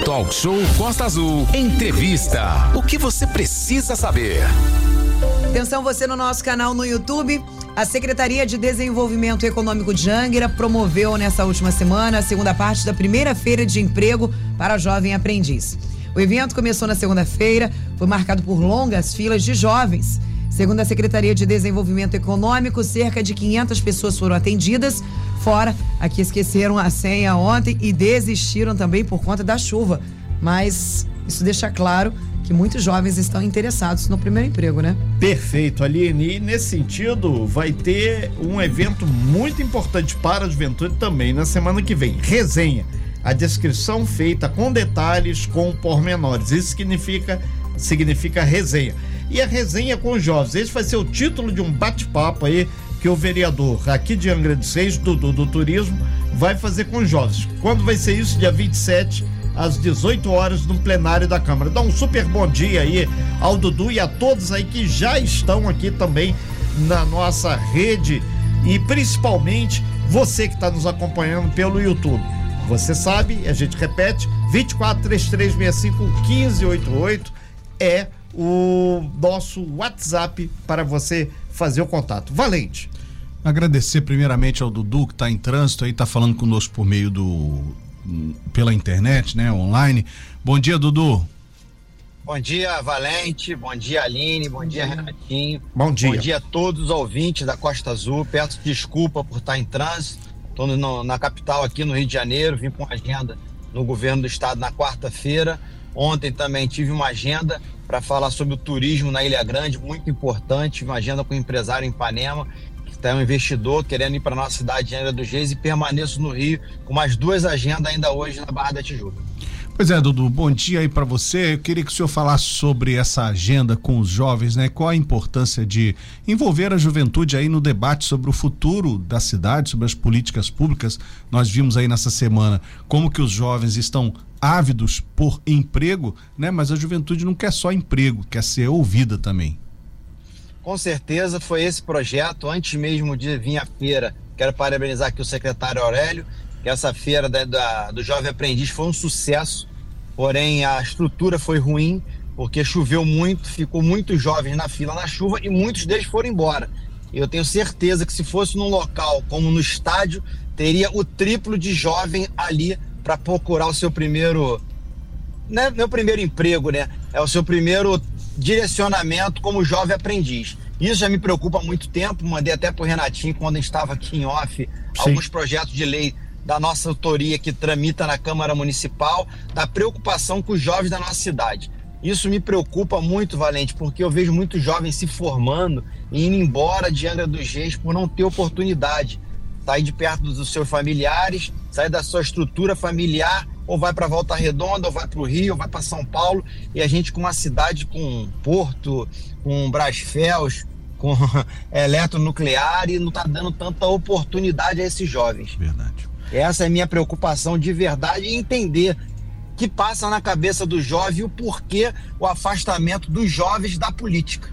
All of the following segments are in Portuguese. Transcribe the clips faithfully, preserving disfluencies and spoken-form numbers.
Talk Show Costa Azul. Entrevista. O que você precisa saber? Atenção você no nosso canal no YouTube. A Secretaria de Desenvolvimento Econômico de Angra promoveu nessa última semana a segunda parte da primeira feira de emprego para jovem aprendiz. O evento começou na segunda-feira, foi marcado por longas filas de jovens. Segundo a Secretaria de Desenvolvimento Econômico, cerca de quinhentas pessoas foram atendidas, fora a que esqueceram a senha ontem e desistiram também por conta da chuva. Mas isso deixa claro que muitos jovens estão interessados no primeiro emprego, né? Perfeito, Aline. E nesse sentido, vai ter um evento muito importante para a juventude também na semana que vem. Resenha. A descrição feita com detalhes, com pormenores. Isso significa, significa resenha. E a resenha com os jovens. Esse vai ser o título de um bate-papo aí que o vereador aqui de Angra dos Reis, Dudu do Turismo, vai fazer com os jovens. Quando vai ser isso? Dia vinte e sete, às dezoito horas, no plenário da Câmara. Dá um super bom dia aí ao Dudu e a todos aí que já estão aqui também na nossa rede e principalmente você que está nos acompanhando pelo YouTube. Você sabe, a gente repete, vinte e quatro, trinta e três, sessenta e cinco, quinze, oitenta e oito é o nosso WhatsApp para você fazer o contato. Valente. Agradecer primeiramente ao Dudu que está em trânsito aí, está falando conosco por meio do pela internet, né, online. Bom dia, Dudu. Bom dia, Valente, bom dia, Aline, bom dia, Renatinho. Bom dia. Bom dia a todos os ouvintes da Costa Azul. Peço desculpa por estar em trânsito. Estou no, na capital aqui no Rio de Janeiro, vim com uma agenda no governo do estado na quarta-feira. Ontem também tive uma agenda para falar sobre o turismo na Ilha Grande, muito importante, uma agenda com um empresário em Ipanema, que está um investidor querendo ir para a nossa cidade de Angra dos Reis, e permaneço no Rio com mais duas agendas ainda hoje na Barra da Tijuca. Pois é, Dudu, bom dia aí para você. Eu queria que o senhor falasse sobre essa agenda com os jovens, né? Qual a importância de envolver a juventude aí no debate sobre o futuro da cidade, sobre as políticas públicas. Nós vimos aí nessa semana como que os jovens estão ávidos por emprego, né? Mas a juventude não quer só emprego, quer ser ouvida também. Com certeza foi esse projeto, antes mesmo de vir à feira. Quero parabenizar aqui o secretário Aurélio, que essa feira da, da, do Jovem Aprendiz foi um sucesso, porém a estrutura foi ruim, porque choveu muito, ficou muitos jovens na fila na chuva e muitos deles foram embora. Eu tenho certeza que se fosse num local como no estádio, teria o triplo de jovem ali para procurar o seu primeiro, né, meu primeiro emprego, né? É o seu primeiro direcionamento como jovem aprendiz. Isso já me preocupa há muito tempo, mandei até pro Renatinho quando a gente estava aqui em off, Sim. alguns projetos de lei da nossa autoria que tramita na Câmara Municipal, da preocupação com os jovens da nossa cidade. Isso me preocupa muito, Valente, porque eu vejo muitos jovens se formando e indo embora de Angra dos Reis por não ter oportunidade. Sair de perto dos seus familiares, sair da sua estrutura familiar, ou vai para Volta Redonda, ou vai para o Rio, ou vai para São Paulo, e a gente com uma cidade com porto, com Brasfels, com eletronuclear, e não está dando tanta oportunidade a esses jovens. Verdade. Essa é a minha preocupação de verdade, e entender que passa na cabeça do jovem o porquê o afastamento dos jovens da política.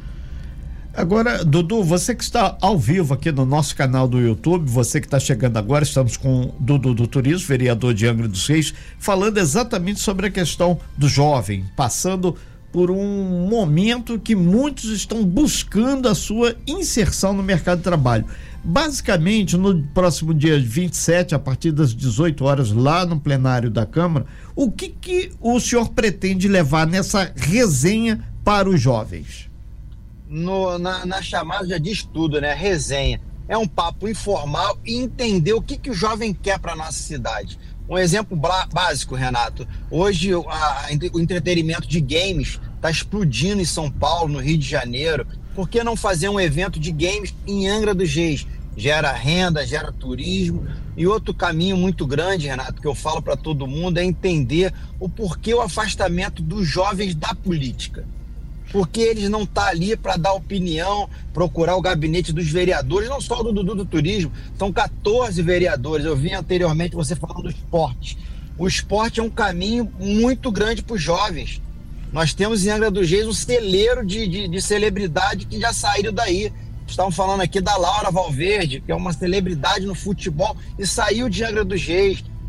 Agora, Dudu, você que está ao vivo aqui no nosso canal do YouTube, você que está chegando agora, estamos com o Dudu do Turismo, vereador de Angra dos Reis, falando exatamente sobre a questão do jovem, passando por um momento que muitos estão buscando a sua inserção no mercado de trabalho. Basicamente, no próximo dia vinte e sete, a partir das dezoito horas, lá no plenário da Câmara, o que que o senhor pretende levar nessa resenha para os jovens? No, na, na chamada já diz tudo, né? Resenha. É um papo informal e entender o que, que o jovem quer para nossa cidade. Um exemplo básico, Renato. Hoje a, a, o entretenimento de games está explodindo em São Paulo, no Rio de Janeiro. Por que não fazer um evento de games em Angra dos Reis? Gera renda, gera turismo. E outro caminho muito grande, Renato, que eu falo para todo mundo, é entender o porquê o afastamento dos jovens da política. Porque eles não estão tá ali para dar opinião, procurar o gabinete dos vereadores, não só do Dudu do Turismo, são quatorze vereadores. Eu vi anteriormente você falando do esporte. O esporte é um caminho muito grande para os jovens. Nós temos em Angra dos Reis um celeiro de, de, de celebridade que já saíram daí. Estavam falando aqui da Laura Valverde, que é uma celebridade no futebol e saiu de Angra dos Reis.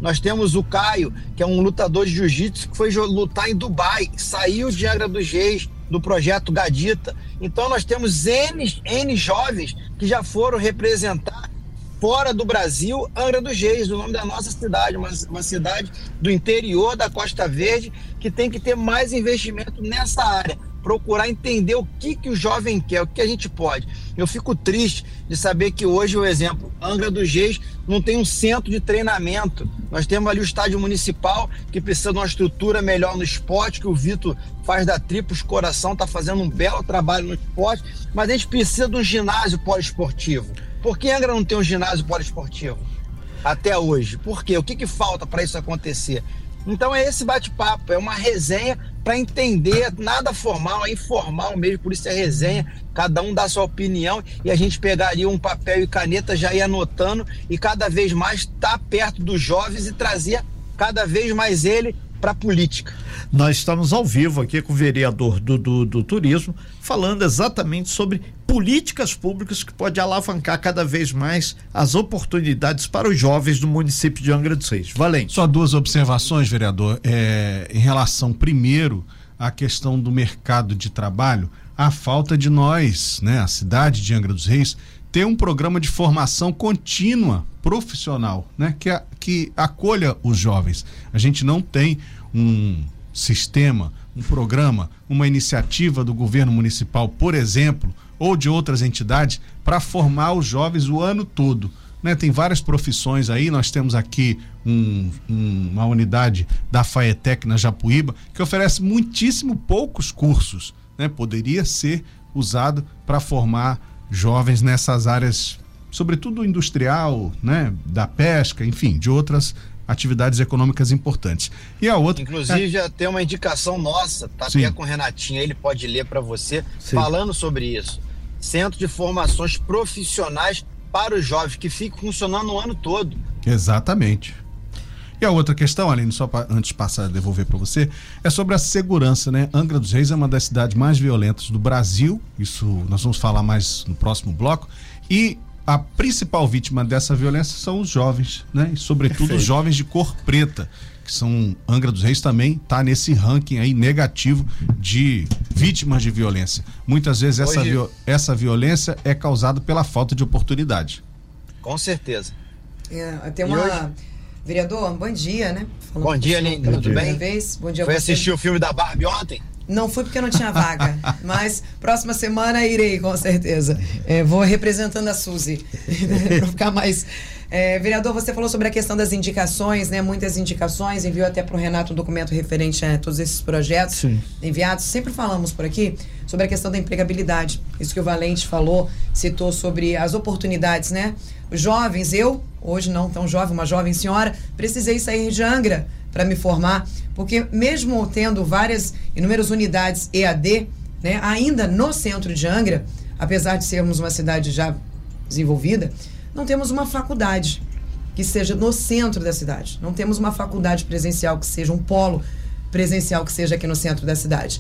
Nós temos o Caio, que é um lutador de jiu-jitsu, que foi lutar em Dubai, saiu de Angra dos Reis, do projeto Gadita. Então nós temos N, N jovens que já foram representar fora do Brasil, Angra dos Reis, o nome da nossa cidade, uma, uma cidade do interior da Costa Verde, que tem que ter mais investimento nessa área, procurar entender o que, que o jovem quer, o que a gente pode. Eu fico triste de saber que hoje, o exemplo, Angra dos Reis não tem um centro de treinamento. Nós temos ali o estádio municipal, que precisa de uma estrutura melhor no esporte, que o Vitor faz da Triplos Coração, está fazendo um belo trabalho no esporte, mas a gente precisa de um ginásio poliesportivo. Por que Angra não tem um ginásio poliesportivo até hoje? Por quê? O que, que falta para isso acontecer? Então é esse bate-papo, é uma resenha para entender, nada formal, é informal mesmo, por isso é resenha, cada um dá sua opinião e a gente pegaria um papel e caneta, já ia anotando e cada vez mais estar perto dos jovens e trazer cada vez mais ele para a política. Nós estamos ao vivo aqui com o vereador do, do, do Turismo, falando exatamente sobre políticas públicas que podem alavancar cada vez mais as oportunidades para os jovens do município de Angra dos Reis. Valente. Só duas observações, vereador. É, em relação, primeiro, à questão do mercado de trabalho, a falta de nós, né, a cidade de Angra dos Reis, ter um programa de formação contínua, profissional, né, que, a, que acolha os jovens. A gente não tem um sistema, um programa, uma iniciativa do governo municipal, por exemplo, ou de outras entidades, para formar os jovens o ano todo. Né? Tem várias profissões aí, nós temos aqui um, um, uma unidade da Faetec na Japuíba, que oferece muitíssimo poucos cursos, né? Poderia ser usado para formar jovens nessas áreas, sobretudo industrial, né? Da pesca, enfim, de outras atividades econômicas importantes. E a outra... Inclusive, é... já tem uma indicação nossa, tá até com o Renatinho, ele pode ler para você, Sim. falando sobre isso. Centro de formações profissionais para os jovens, que fica funcionando o ano todo. Exatamente. E a outra questão, Aline, só pra, antes de passar a devolver para você, é sobre a segurança, né? Angra dos Reis é uma das cidades mais violentas do Brasil, isso nós vamos falar mais no próximo bloco, e a principal vítima dessa violência são os jovens, né? E sobretudo Perfeito. Os jovens de cor preta, que são, Angra dos Reis também está nesse ranking aí negativo de vítimas de violência. Muitas vezes essa, Hoje... viol, essa violência é causada pela falta de oportunidade. Com certeza. É, tem uma... Hoje... Vereador, bom dia, né? Falando bom dia, Aline, tudo bem? Vez. Bom dia. Foi assistir o filme da Barbie ontem? Não fui porque eu não tinha vaga, mas próxima semana irei, com certeza. É, vou representando a Suzy, para ficar mais... É, vereador, você falou sobre a questão das indicações, né? Muitas indicações, enviou até para o Renato um documento referente a todos esses projetos Sim. enviados. Sempre falamos por aqui sobre a questão da empregabilidade. Isso que o Valente falou, citou sobre as oportunidades, né? Os jovens, eu, hoje não tão jovem, uma jovem senhora, precisei sair de Angra para me formar, porque mesmo tendo várias, inúmeras unidades E A D, né, ainda no centro de Angra, apesar de sermos uma cidade já desenvolvida, não temos uma faculdade que seja no centro da cidade. Não temos uma faculdade presencial que seja um polo presencial que seja aqui no centro da cidade.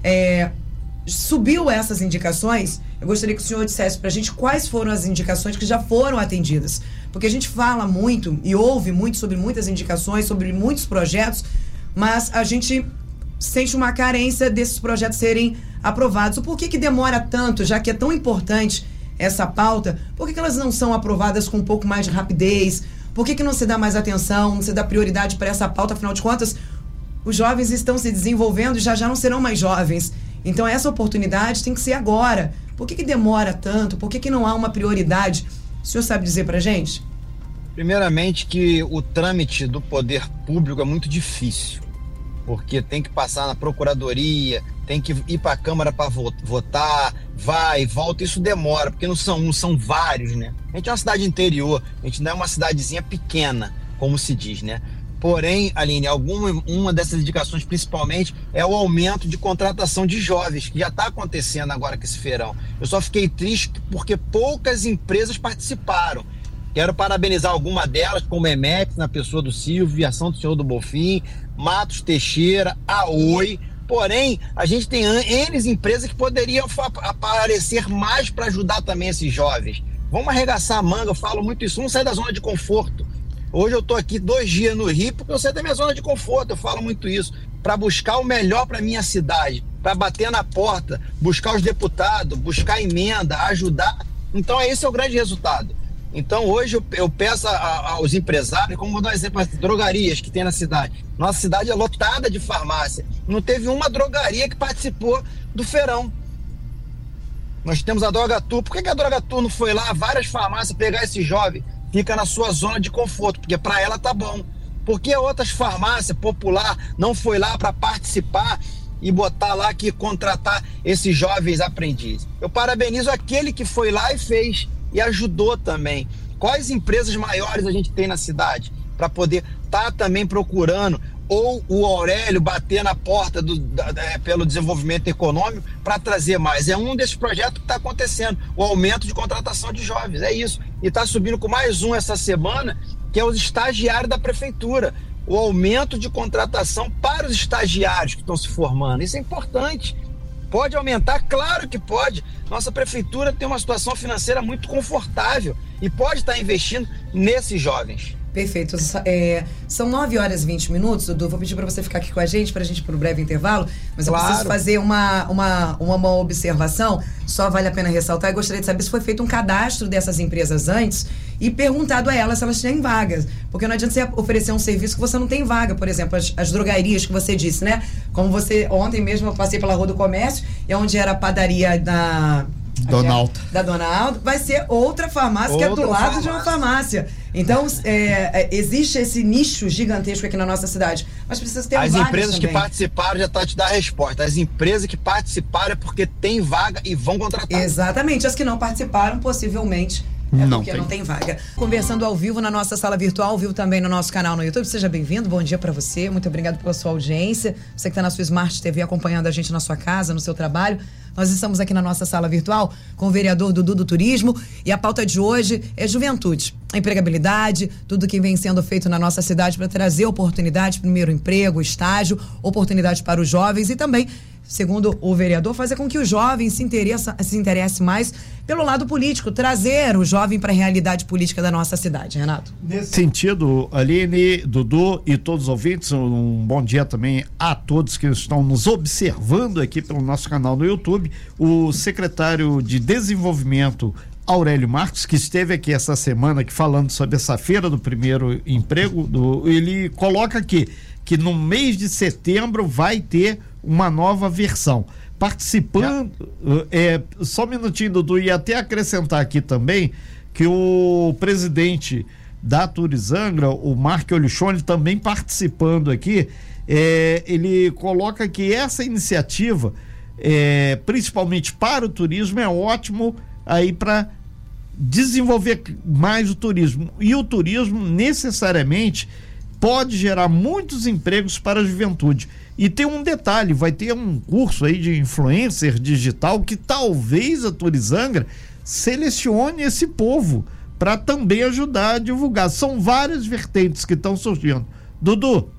É, subiu essas indicações, eu gostaria que o senhor dissesse pra gente quais foram as indicações que já foram atendidas. Porque a gente fala muito e ouve muito sobre muitas indicações, sobre muitos projetos, mas a gente sente uma carência desses projetos serem aprovados. Por que que demora tanto, já que é tão importante essa pauta? Por que que elas não são aprovadas com um pouco mais de rapidez? Por que que não se dá mais atenção, não se dá prioridade para essa pauta? Afinal de contas, os jovens estão se desenvolvendo e já já não serão mais jovens. Então essa oportunidade tem que ser agora. Por que que demora tanto? Por que que não há uma prioridade? O senhor sabe dizer pra gente? Primeiramente que o trâmite do poder público é muito difícil, porque tem que passar na procuradoria, tem que ir para a Câmara para votar, vai, volta, isso demora, porque não são um, são vários, né? A gente é uma cidade interior, a gente não é uma cidadezinha pequena, como se diz, né? Porém, Aline, alguma, uma dessas indicações principalmente é o aumento de contratação de jovens, que já está acontecendo agora com esse feirão. Eu só fiquei triste porque poucas empresas participaram. Quero parabenizar alguma delas, como a Emex, na pessoa do Silvio, Viação do Senhor do Bonfim, Matos Teixeira, a Oi. Porém, a gente tem N empresas que poderiam aparecer mais para ajudar também esses jovens. Vamos arregaçar a manga, eu falo muito isso, vamos sair da zona de conforto. Hoje eu tô aqui dois dias no Rio porque eu sei da minha zona de conforto, eu falo muito isso, para buscar o melhor para minha cidade, para bater na porta, buscar os deputados, buscar emenda, ajudar. Então esse é o grande resultado. Então hoje eu, eu peço a, a, aos empresários, como vou dar um exemplo, as drogarias que tem na cidade. Nossa cidade é lotada de farmácia. Não teve uma drogaria que participou do feirão. Nós temos a Drogatur. Por que, que a Drogatur não foi lá, várias farmácias, pegar esse jovem, fica na sua zona de conforto? Porque para ela tá bom. Por que outras farmácias popular não foi lá para participar e botar lá que contratar esses jovens aprendizes? Eu parabenizo aquele que foi lá e fez e ajudou também. Quais empresas maiores a gente tem na cidade para poder estar tá também procurando, ou o Aurélio bater na porta do, da, da, pelo desenvolvimento econômico para trazer mais? É um desses projetos que está acontecendo, o aumento de contratação de jovens, é isso. E está subindo com mais um essa semana, que é os estagiários da prefeitura, o aumento de contratação para os estagiários que estão se formando. Isso é importante. Pode aumentar? Claro que pode. Nossa prefeitura tem uma situação financeira muito confortável e pode estar investindo nesses jovens. Perfeito. É, são nove horas e vinte minutos, Dudu. Vou pedir para você ficar aqui com a gente, para a gente ir para um breve intervalo, mas eu claro. preciso fazer uma, uma, uma, uma observação, só vale a pena ressaltar. Eu gostaria de saber se foi feito um cadastro dessas empresas antes e perguntado a elas se elas têm vagas, porque não adianta você oferecer um serviço que você não tem vaga. Por exemplo, as, as drogarias que você disse, né? Como você, ontem mesmo eu passei pela Rua do Comércio, e onde era a padaria da... Donaldo. Da Donaldo, vai ser outra farmácia outra que é do lado farmácia. de uma farmácia. Então, é, é, existe esse nicho gigantesco aqui na nossa cidade, mas precisa ter As vagas empresas também. que participaram já tá te dar a resposta. As empresas que participaram é porque tem vaga e vão contratar. Exatamente. As que não participaram, possivelmente, é não porque tem. não tem vaga. Conversando ao vivo na nossa sala virtual, ao vivo também no nosso canal no YouTube. Seja bem-vindo, bom dia pra você. Muito obrigado pela sua audiência. Você que tá na sua Smart T V acompanhando a gente na sua casa, no seu trabalho. Nós estamos aqui na nossa sala virtual com o vereador Dudu do Turismo, e a pauta de hoje é juventude, empregabilidade, tudo que vem sendo feito na nossa cidade para trazer oportunidade, primeiro emprego, estágio, oportunidade para os jovens e também, segundo o vereador, fazer com que o jovem se interesse, se interesse mais pelo lado político, trazer o jovem para a realidade política da nossa cidade. Renato. Nesse sentido, Aline, Dudu e todos os ouvintes, um bom dia também a todos que estão nos observando aqui pelo nosso canal no YouTube. O secretário de Desenvolvimento, Aurélio Marcos, que esteve aqui essa semana aqui falando sobre essa feira do primeiro emprego, do, ele coloca aqui que no mês de setembro vai ter uma nova versão. Participando, é, só um minutinho, Dudu, e até acrescentar aqui também que o presidente da Turizangra, o Mark Olichone, também participando aqui, é, ele coloca que essa iniciativa, é, principalmente para o turismo, é ótimo aí para desenvolver mais o turismo. E o turismo necessariamente pode gerar muitos empregos para a juventude. E tem um detalhe, vai ter um curso aí de influencer digital que talvez a Turizangra selecione esse povo para também ajudar a divulgar. São várias vertentes que estão surgindo. Dudu,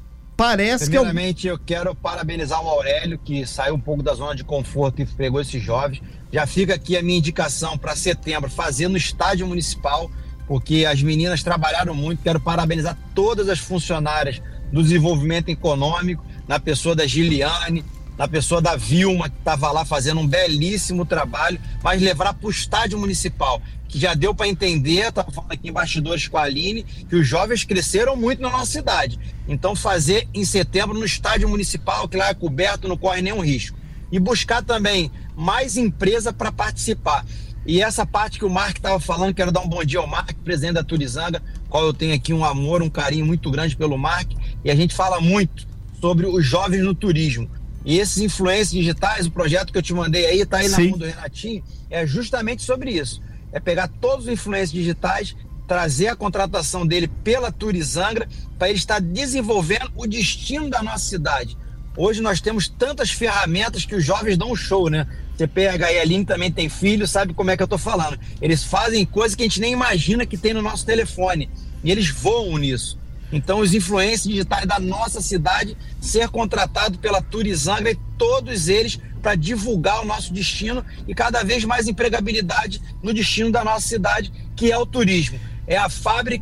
parece que... Primeiramente, eu... eu quero parabenizar o Aurélio, que saiu um pouco da zona de conforto e pegou esses jovens. Já fica aqui a minha indicação para setembro, fazer no estádio municipal, porque as meninas trabalharam muito. Quero parabenizar todas as funcionárias do desenvolvimento econômico, na pessoa da Giliane, na pessoa da Vilma, que estava lá fazendo um belíssimo trabalho, mas levar para o estádio municipal, que já deu para entender, estava falando aqui em bastidores com a Aline, que os jovens cresceram muito na nossa cidade. Então fazer em setembro no estádio municipal, que lá é coberto, não corre nenhum risco. E buscar também mais empresa para participar. E essa parte que o Mark estava falando, quero dar um bom dia ao Mark, presidente da Turizangra, qual eu tenho aqui um amor, um carinho muito grande pelo Mark, e a gente fala muito sobre os jovens no turismo. E esses influencers digitais, o projeto que eu te mandei aí, tá aí na mão do Renatinho, é justamente sobre isso. É pegar todos os influencers digitais, trazer a contratação dele pela Turizangra, para ele estar desenvolvendo o destino da nossa cidade. Hoje nós temos tantas ferramentas que os jovens dão um show, né? Você pega aí, a Aline também tem filho, sabe como é que eu tô falando. Eles fazem coisas que a gente nem imagina que tem no nosso telefone. E eles voam nisso. Então, os influencers digitais da nossa cidade ser contratados pela Turizangra, e todos eles para divulgar o nosso destino e cada vez mais empregabilidade no destino da nossa cidade, que é o turismo. É a fábrica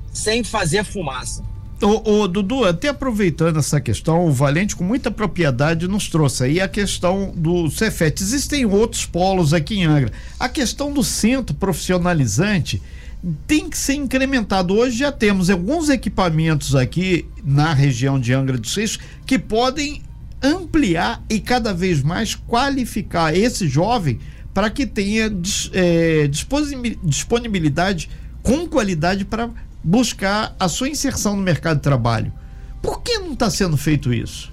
sem fazer fumaça. Ô, ô, Dudu, até aproveitando essa questão, o Valente com muita propriedade nos trouxe aí a questão do Cefet. Existem outros polos aqui em Angra. A questão do centro profissionalizante tem que ser incrementado. Hoje já temos alguns equipamentos aqui na região de Angra dos Reis que podem ampliar e cada vez mais qualificar esse jovem para que tenha é, disponibilidade com qualidade para buscar a sua inserção no mercado de trabalho. Por que não está sendo feito isso?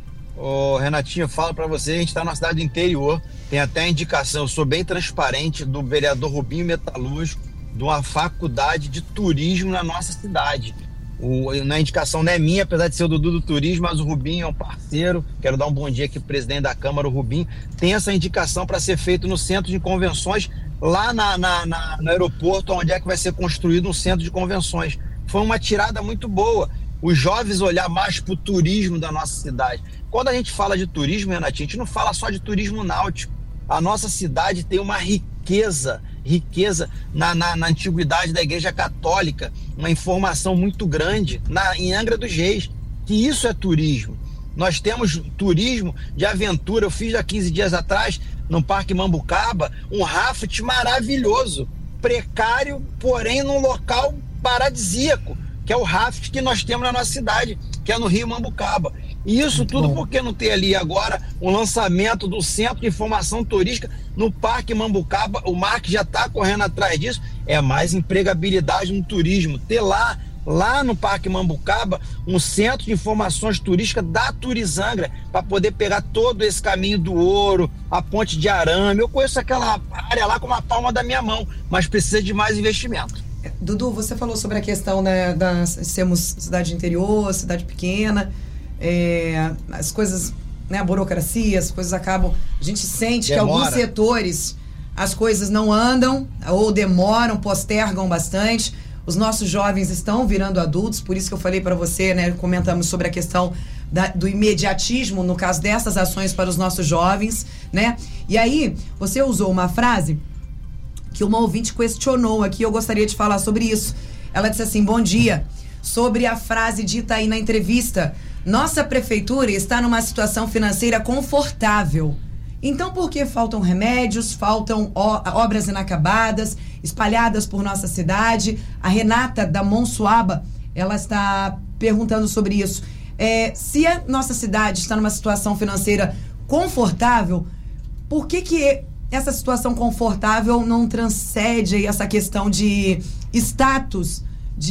Ô, Renatinho, eu falo para você, a gente está na cidade do interior, tem até a indicação, eu sou bem transparente, do vereador Rubinho Metalúrgico, de uma faculdade de turismo na nossa cidade. O, na indicação não é minha, apesar de ser o Dudu do turismo, mas o Rubinho é um parceiro. Quero dar um bom dia aqui pro presidente da Câmara, o Rubinho. Tem essa indicação para ser feito no centro de convenções, lá na, na, na, no aeroporto, onde é que vai ser construído um centro de convenções. Foi uma tirada muito boa. Os jovens olhar mais para o turismo da nossa cidade. Quando a gente fala de turismo, Renatinho, a gente não fala só de turismo náutico. A nossa cidade tem uma riqueza, riqueza na, na, na antiguidade da Igreja Católica, uma informação muito grande na, em Angra dos Reis, que isso é turismo. Nós temos turismo de aventura. Eu fiz há quinze dias atrás, no Parque Mambucaba, um raft maravilhoso, precário, porém num local paradisíaco, que é o raft que nós temos na nossa cidade, que é no Rio Mambucaba. E isso tudo porque não tem ali agora um lançamento do Centro de Informação Turística no Parque Mambucaba. O Mark já está correndo atrás disso. É mais empregabilidade no turismo. Ter lá, lá no Parque Mambucaba, um Centro de Informações Turísticas da Turizangra, para poder pegar todo esse caminho do ouro, a ponte de arame. Eu conheço aquela área lá com a palma da minha mão, mas precisa de mais investimento. Dudu, você falou sobre a questão, né, da sermos cidade interior, cidade pequena, é, as coisas, né, a burocracia, as coisas acabam, a gente sente Demora. que alguns setores as coisas não andam ou demoram, postergam bastante. Os nossos jovens estão virando adultos, por isso que eu falei para você, né, comentamos sobre a questão da, do imediatismo, no caso dessas ações para os nossos jovens, né? E aí, você usou uma frase que uma ouvinte questionou aqui, eu gostaria de falar sobre isso. Ela disse assim: bom dia, sobre a frase dita aí na entrevista, nossa prefeitura está numa situação financeira confortável. Então por que faltam remédios, faltam obras inacabadas, espalhadas por nossa cidade? A Renata da Monsuaba, ela está perguntando sobre isso. É, se a nossa cidade está numa situação financeira confortável, por que que essa situação confortável não transcende aí essa questão de status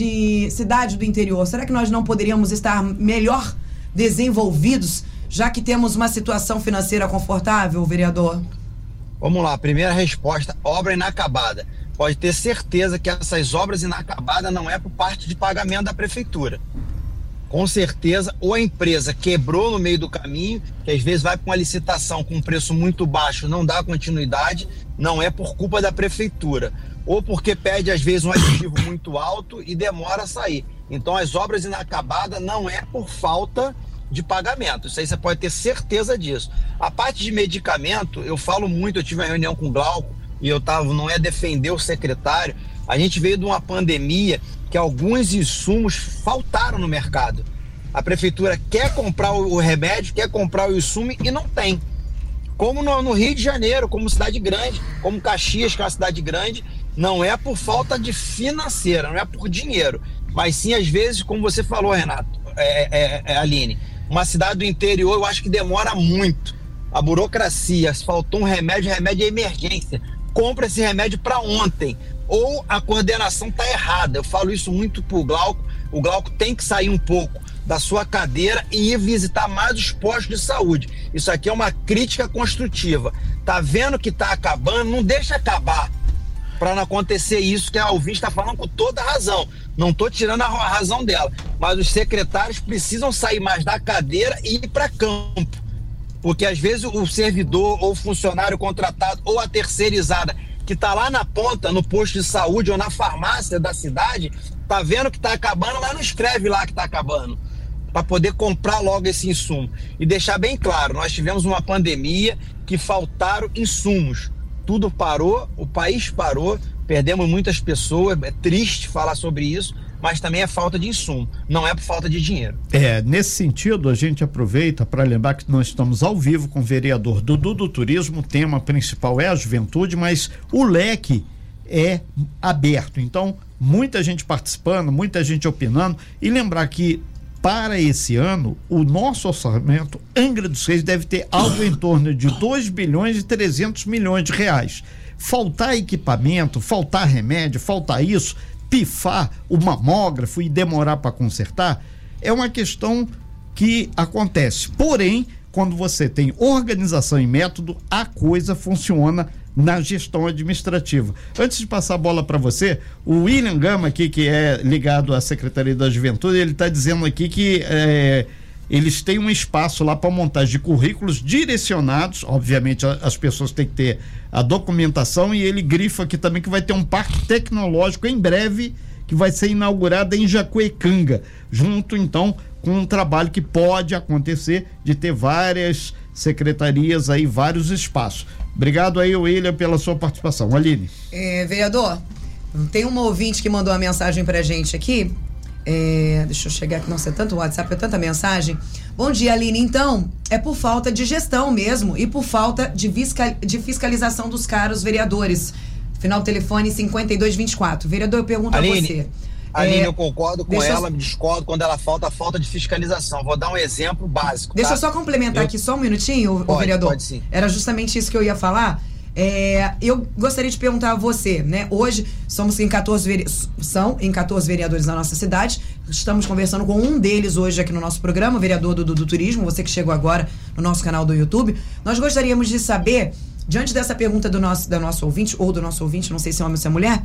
de cidade do interior? Será que nós não poderíamos estar melhor desenvolvidos, já que temos uma situação financeira confortável, vereador? Vamos lá, primeira resposta, obra inacabada. Pode ter certeza que essas obras inacabadas não é por parte de pagamento da prefeitura. Com certeza, ou a empresa quebrou no meio do caminho, que às vezes vai para uma licitação com um preço muito baixo, não dá continuidade, não é por culpa da prefeitura. Ou porque pede às vezes um aditivo muito alto e demora a sair. Então as obras inacabadas não é por falta de pagamento, isso aí você pode ter certeza disso. A parte de medicamento, eu falo muito, eu tive uma reunião com o Glauco e eu tava, não é defender o secretário, a gente veio de uma pandemia que alguns insumos faltaram no mercado. A prefeitura quer comprar o remédio, quer comprar o insumo e não tem. Como no, no Rio de Janeiro, como cidade grande, como Caxias, que é uma cidade grande, não é por falta de financeira, não é por dinheiro, mas sim às vezes, como você falou, Renato, é, é, é, Aline, uma cidade do interior eu acho que demora muito. A burocracia, se faltou um remédio, remédio é emergência. Compra esse remédio para ontem. Ou a coordenação está errada. Eu falo isso muito pro Glauco. O Glauco tem que sair um pouco da sua cadeira e ir visitar mais os postos de saúde. Isso aqui é uma crítica construtiva. Tá vendo que tá acabando? Não deixa acabar para não acontecer isso que a ouvinte está falando com toda a razão. Não estou tirando a razão dela, mas os secretários precisam sair mais da cadeira e ir para campo. Porque às vezes o servidor ou o funcionário contratado ou a terceirizada que está lá na ponta, no posto de saúde ou na farmácia da cidade, tá vendo que está acabando, mas não escreve lá que está acabando, para poder comprar logo esse insumo. E deixar bem claro, nós tivemos uma pandemia que faltaram insumos. Tudo parou, o país parou, perdemos muitas pessoas, é triste falar sobre isso, mas também é falta de insumo, não é por falta de dinheiro. É, nesse sentido, a gente aproveita para lembrar que nós estamos ao vivo com o vereador Dudu do Turismo, o tema principal é a juventude, mas o leque é aberto, então muita gente participando, muita gente opinando, e lembrar que para esse ano, o nosso orçamento, Angra dos Reis, deve ter algo em torno de dois bilhões e trezentos milhões de reais. Faltar equipamento, faltar remédio, faltar isso, pifar o mamógrafo e demorar para consertar, é uma questão que acontece. Porém, quando você tem organização e método, a coisa funciona na gestão administrativa. Antes de passar a bola para você, o William Gama aqui, que é ligado à Secretaria da Juventude, ele está dizendo aqui que é, eles têm um espaço lá para montagem de currículos direcionados, obviamente a, as pessoas têm que ter a documentação, e ele grifa aqui também que vai ter um parque tecnológico em breve, que vai ser inaugurado em Jacuecanga, junto então com um trabalho que pode acontecer de ter várias secretarias aí, vários espaços. Obrigado aí, William, pela sua participação. Aline. É, vereador, tem uma ouvinte que mandou uma mensagem pra gente aqui. É, deixa eu chegar aqui, não sei, tanto WhatsApp, é tanta mensagem. Bom dia, Aline. Então, é por falta de gestão mesmo e por falta de, fiscal, de fiscalização dos caros vereadores. Final do telefone cinquenta e dois vinte e quatro. Vereador, eu pergunto Aline, a você. Aline, é, eu concordo com deixa ela, eu... me discordo quando ela falta a falta de fiscalização. Vou dar um exemplo básico. Deixa tá? eu só complementar eu... aqui só um minutinho, pode, o vereador. Pode sim. Era justamente isso que eu ia falar. É, eu gostaria de perguntar a você, né? Hoje somos em quatorze vere... são em quatorze vereadores na nossa cidade. Estamos conversando com um deles hoje aqui no nosso programa, o vereador do, do, do Turismo, você que chegou agora no nosso canal do YouTube. Nós gostaríamos de saber, diante dessa pergunta do nosso, da nosso ouvinte, ou do nosso ouvinte, não sei se é homem ou se é mulher,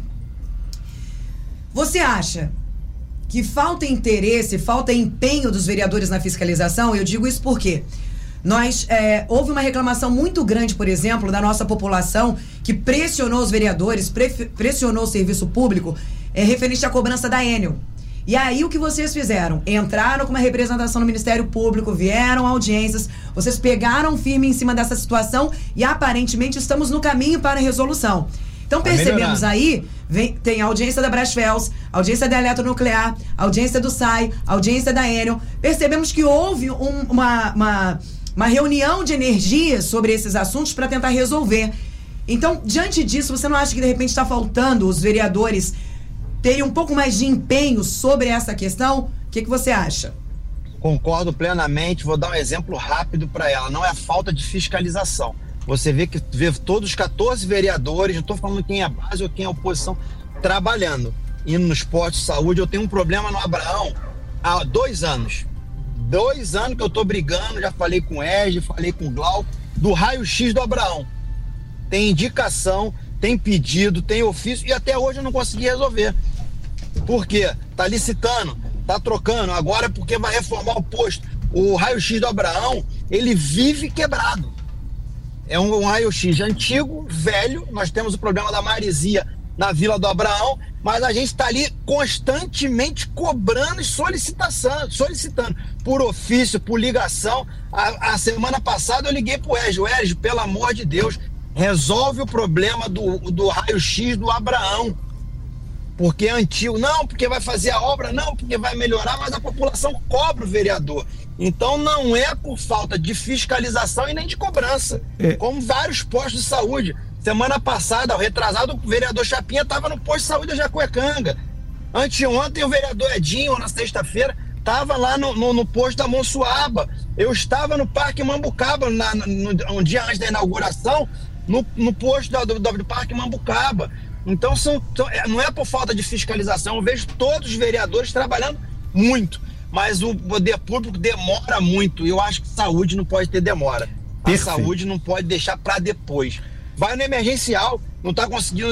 você acha que falta interesse, falta empenho dos vereadores na fiscalização? Eu digo isso porque nós, é, houve uma reclamação muito grande, por exemplo, da nossa população, que pressionou os vereadores, pre, pressionou o serviço público, é, referente à cobrança da Enel. E aí o que vocês fizeram? Entraram com uma representação no Ministério Público, vieram a audiências, vocês pegaram firme em cima dessa situação e aparentemente estamos no caminho para a resolução. Então percebemos aí, vem, tem a audiência da Brasfels, audiência da Eletronuclear, audiência do S A I, audiência da Enel. Percebemos que houve um, uma, uma, uma reunião de energias sobre esses assuntos para tentar resolver. Então, diante disso, você não acha que de repente está faltando os vereadores terem um pouco mais de empenho sobre essa questão? O que, que você acha? Concordo plenamente, vou dar um exemplo rápido para ela. Não é falta de fiscalização. Você vê que vê todos os quatorze vereadores, não estou falando quem é a base ou quem é a oposição, trabalhando, indo nos postos de saúde. Eu tenho um problema no Abraão há dois anos. Dois anos que eu estou brigando, já falei com o Ege, falei com o Glauco, do raio-x do Abraão. Tem indicação, tem pedido, tem ofício e até hoje eu não consegui resolver. Por quê? Tá licitando, tá trocando, agora é porque vai reformar o posto. O raio-x do Abraão, ele vive quebrado. É um, um raio-x antigo, velho. Nós temos o problema da maresia na Vila do Abraão, mas a gente está ali constantemente cobrando e solicitando, solicitando por ofício, por ligação. A, a semana passada eu liguei pro Ege, Ege, pelo amor de Deus, resolve o problema do, do raio-x do Abraão. Porque é antigo. Não, porque vai fazer a obra, não, porque vai melhorar, mas a população cobra o vereador. Então não é por falta de fiscalização e nem de cobrança. É. Como vários postos de saúde. Semana passada, o retrasado, o vereador Chapinha estava no posto de saúde da Jacuecanga. Anteontem, o vereador Edinho, na sexta-feira, estava lá no, no, no posto da Monsuaba. Eu estava no Parque Mambucaba, na, no, um dia antes da inauguração, no, no posto do, do, do Parque Mambucaba. Então, são, são, não é por falta de fiscalização. Eu vejo todos os vereadores trabalhando muito, mas o poder público demora muito. E eu acho que saúde não pode ter demora. Perfeito. A saúde não pode deixar para depois. Vai no emergencial, não está conseguindo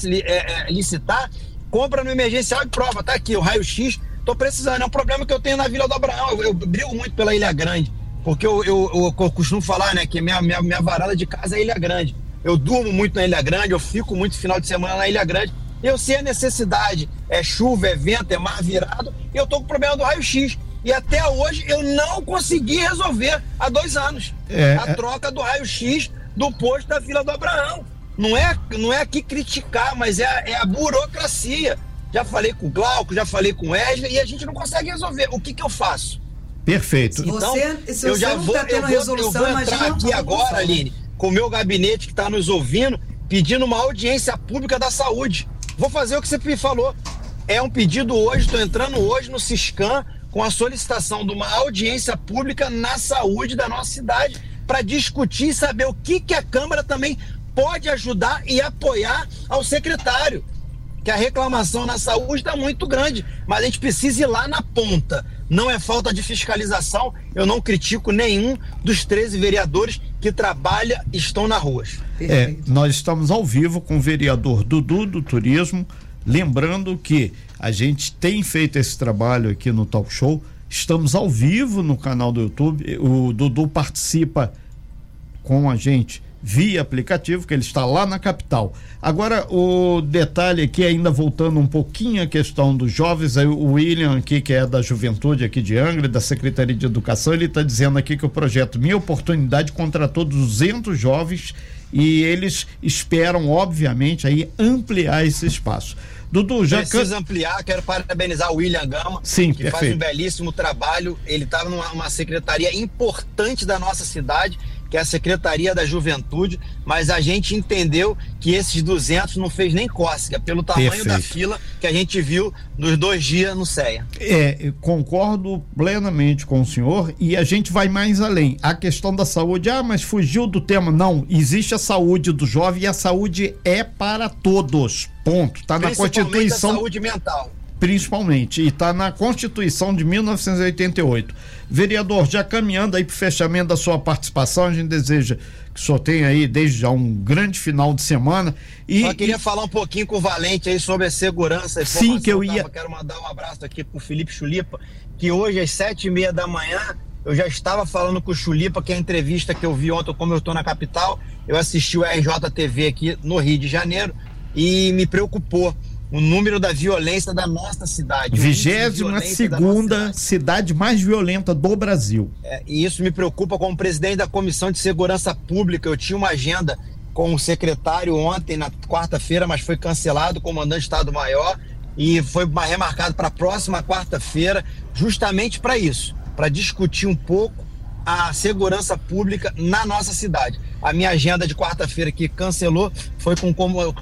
licitar, compra no emergencial e prova. Tá aqui, o raio-x, tô precisando. É um problema que eu tenho na Vila do Abraão. Eu, eu brigo muito pela Ilha Grande, porque eu, eu, eu, eu costumo falar, né, que minha, minha, minha varanda de casa é Ilha Grande. Eu durmo muito na Ilha Grande, eu fico muito final de semana na Ilha Grande. Eu sei a necessidade, é chuva, é vento, é mar virado, e eu tô com o problema do raio-x. E até hoje eu não consegui resolver há dois anos. É, a troca do raio-x do posto da Vila do Abraão. Não é, não é aqui criticar, mas é, é a burocracia. já falei com o Glauco, já falei com o Wesley e a gente não consegue resolver. O que que eu faço? Perfeito. Então, você, se eu você já não vou, tá tendo eu vou, resolução, eu vou entrar imagina aqui a agora, população. Aline, com o meu gabinete que está nos ouvindo, pedindo uma audiência pública da saúde. Vou fazer o que você me falou. É um pedido hoje, estou entrando hoje no Siscam com a solicitação de uma audiência pública na saúde da nossa cidade para discutir e saber o que, que a Câmara também pode ajudar e apoiar ao secretário. Que a reclamação na saúde está muito grande, mas a gente precisa ir lá na ponta. Não é falta de fiscalização, eu não critico nenhum dos treze vereadores que trabalham e estão na rua. É, nós estamos ao vivo com o vereador Dudu do Turismo, lembrando que a gente tem feito esse trabalho aqui no Talk Show, estamos ao vivo no canal do YouTube, o Dudu participa com a gente via aplicativo, que ele está lá na capital. Agora, o detalhe aqui, ainda voltando um pouquinho à questão dos jovens, aí o William aqui, que é da Juventude aqui de Angra, da Secretaria de Educação, ele está dizendo aqui que o projeto Minha Oportunidade contratou duzentos jovens e eles esperam, obviamente, aí ampliar esse espaço. Dudu, já precisa ampliar, quero parabenizar o William Gama, Sim, que perfeito. faz um belíssimo trabalho. Ele estava numa uma secretaria importante da nossa cidade, que é a Secretaria da Juventude, mas a gente entendeu que esses duzentos não fez nem cócega, pelo tamanho Perfeito. da fila que a gente viu nos dois dias no C E A. É, eu concordo plenamente com o senhor e a gente vai mais além. A questão da saúde, ah, mas fugiu do tema. Não, existe a saúde do jovem e a saúde é para todos. Ponto. Está na Constituição. A saúde mental. Principalmente, e está na Constituição de mil novecentos e oitenta e oito. Vereador, já caminhando aí para o fechamento da sua participação, a gente deseja que o senhor tenha aí desde já um grande final de semana. E, Só queria e... falar um pouquinho com o Valente aí sobre a segurança. A Sim, que eu ia... tava, quero mandar um abraço aqui pro Felipe Chulipa, que hoje às sete e meia da manhã eu já estava falando com o Chulipa, que é a entrevista que eu vi ontem, como eu estou na capital, eu assisti o R J T V aqui no Rio de Janeiro e me preocupou o número da violência da nossa cidade. vigésima segunda cidade mais violenta do Brasil. É, e isso me preocupa como presidente da Comissão de Segurança Pública. Eu tinha uma agenda com o secretário ontem, na quarta-feira, mas foi cancelado, o comandante de Estado-Maior, e foi remarcado para a próxima quarta-feira, justamente para isso, para discutir um pouco a segurança pública na nossa cidade. A minha agenda de quarta-feira que cancelou foi com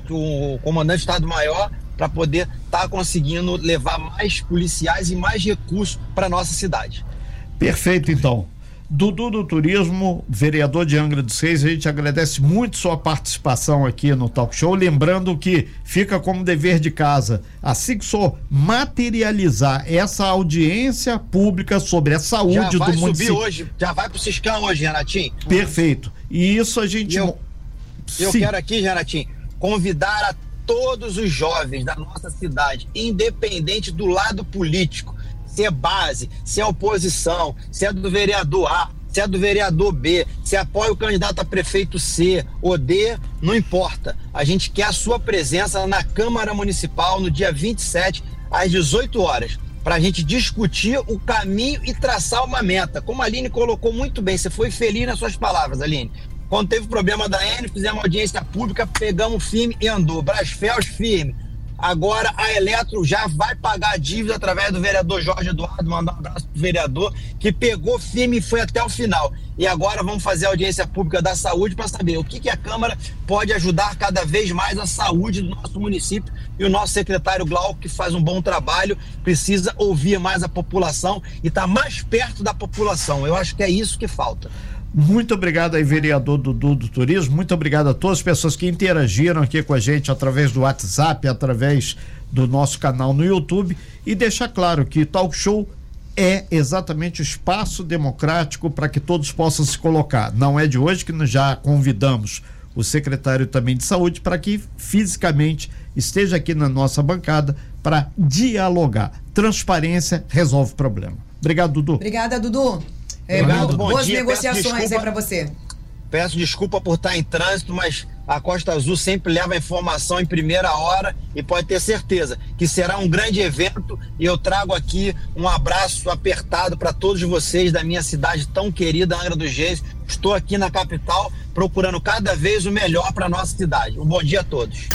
o comandante de Estado-Maior, para poder estar tá conseguindo levar mais policiais e mais recursos para nossa cidade. Perfeito, então. Dudu do Turismo, vereador de Angra dos Reis, a gente agradece muito sua participação aqui no Talk Show, lembrando que fica como dever de casa, assim que o senhor materializar essa audiência pública sobre a saúde do município. Já vai subir hoje, já vai pro Siscam hoje, Renatinho. Perfeito. E isso a gente... E eu, eu quero aqui, Renatinho, convidar a todos os jovens da nossa cidade, independente do lado político, se é base, se é oposição, se é do vereador A, se é do vereador B, se apoia o candidato a prefeito C ou D, não importa. A gente quer a sua presença na Câmara Municipal no dia vinte e sete, às dezoito horas, para a gente discutir o caminho e traçar uma meta. Como a Aline colocou muito bem, você foi feliz nas suas palavras, Aline. Quando teve problema da Eni, fizemos audiência pública, pegamos firme e andou. Brasfels firme. Agora a Eletro já vai pagar a dívida através do vereador Jorge Eduardo, mandar um abraço pro vereador, que pegou firme e foi até o final. E agora vamos fazer a audiência pública da saúde para saber o que, que a Câmara pode ajudar cada vez mais a saúde do nosso município. E o nosso secretário Glauco, que faz um bom trabalho, precisa ouvir mais a população e estar tá mais perto da população. Eu acho que é isso que falta. Muito obrigado aí, vereador Dudu do Turismo, muito obrigado a todas as pessoas que interagiram aqui com a gente através do WhatsApp, através do nosso canal no YouTube, e deixar claro que Talk Show é exatamente o espaço democrático para que todos possam se colocar. Não é de hoje que nós já convidamos o secretário também de saúde para que fisicamente esteja aqui na nossa bancada para dialogar. Transparência resolve o problema. Obrigado, Dudu. Obrigada, Dudu. É, Obrigado, boas bom dia, negociações aí para você. Peço desculpa por estar em trânsito, mas a Costa Azul sempre leva a informação em primeira hora e pode ter certeza que será um grande evento, e eu trago aqui um abraço apertado para todos vocês da minha cidade tão querida, Angra dos Reis. Estou aqui na capital procurando cada vez o melhor para nossa cidade. Um bom dia a todos.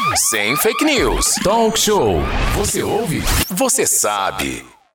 Sem fake news. Talk show. Você ouve? Você sabe.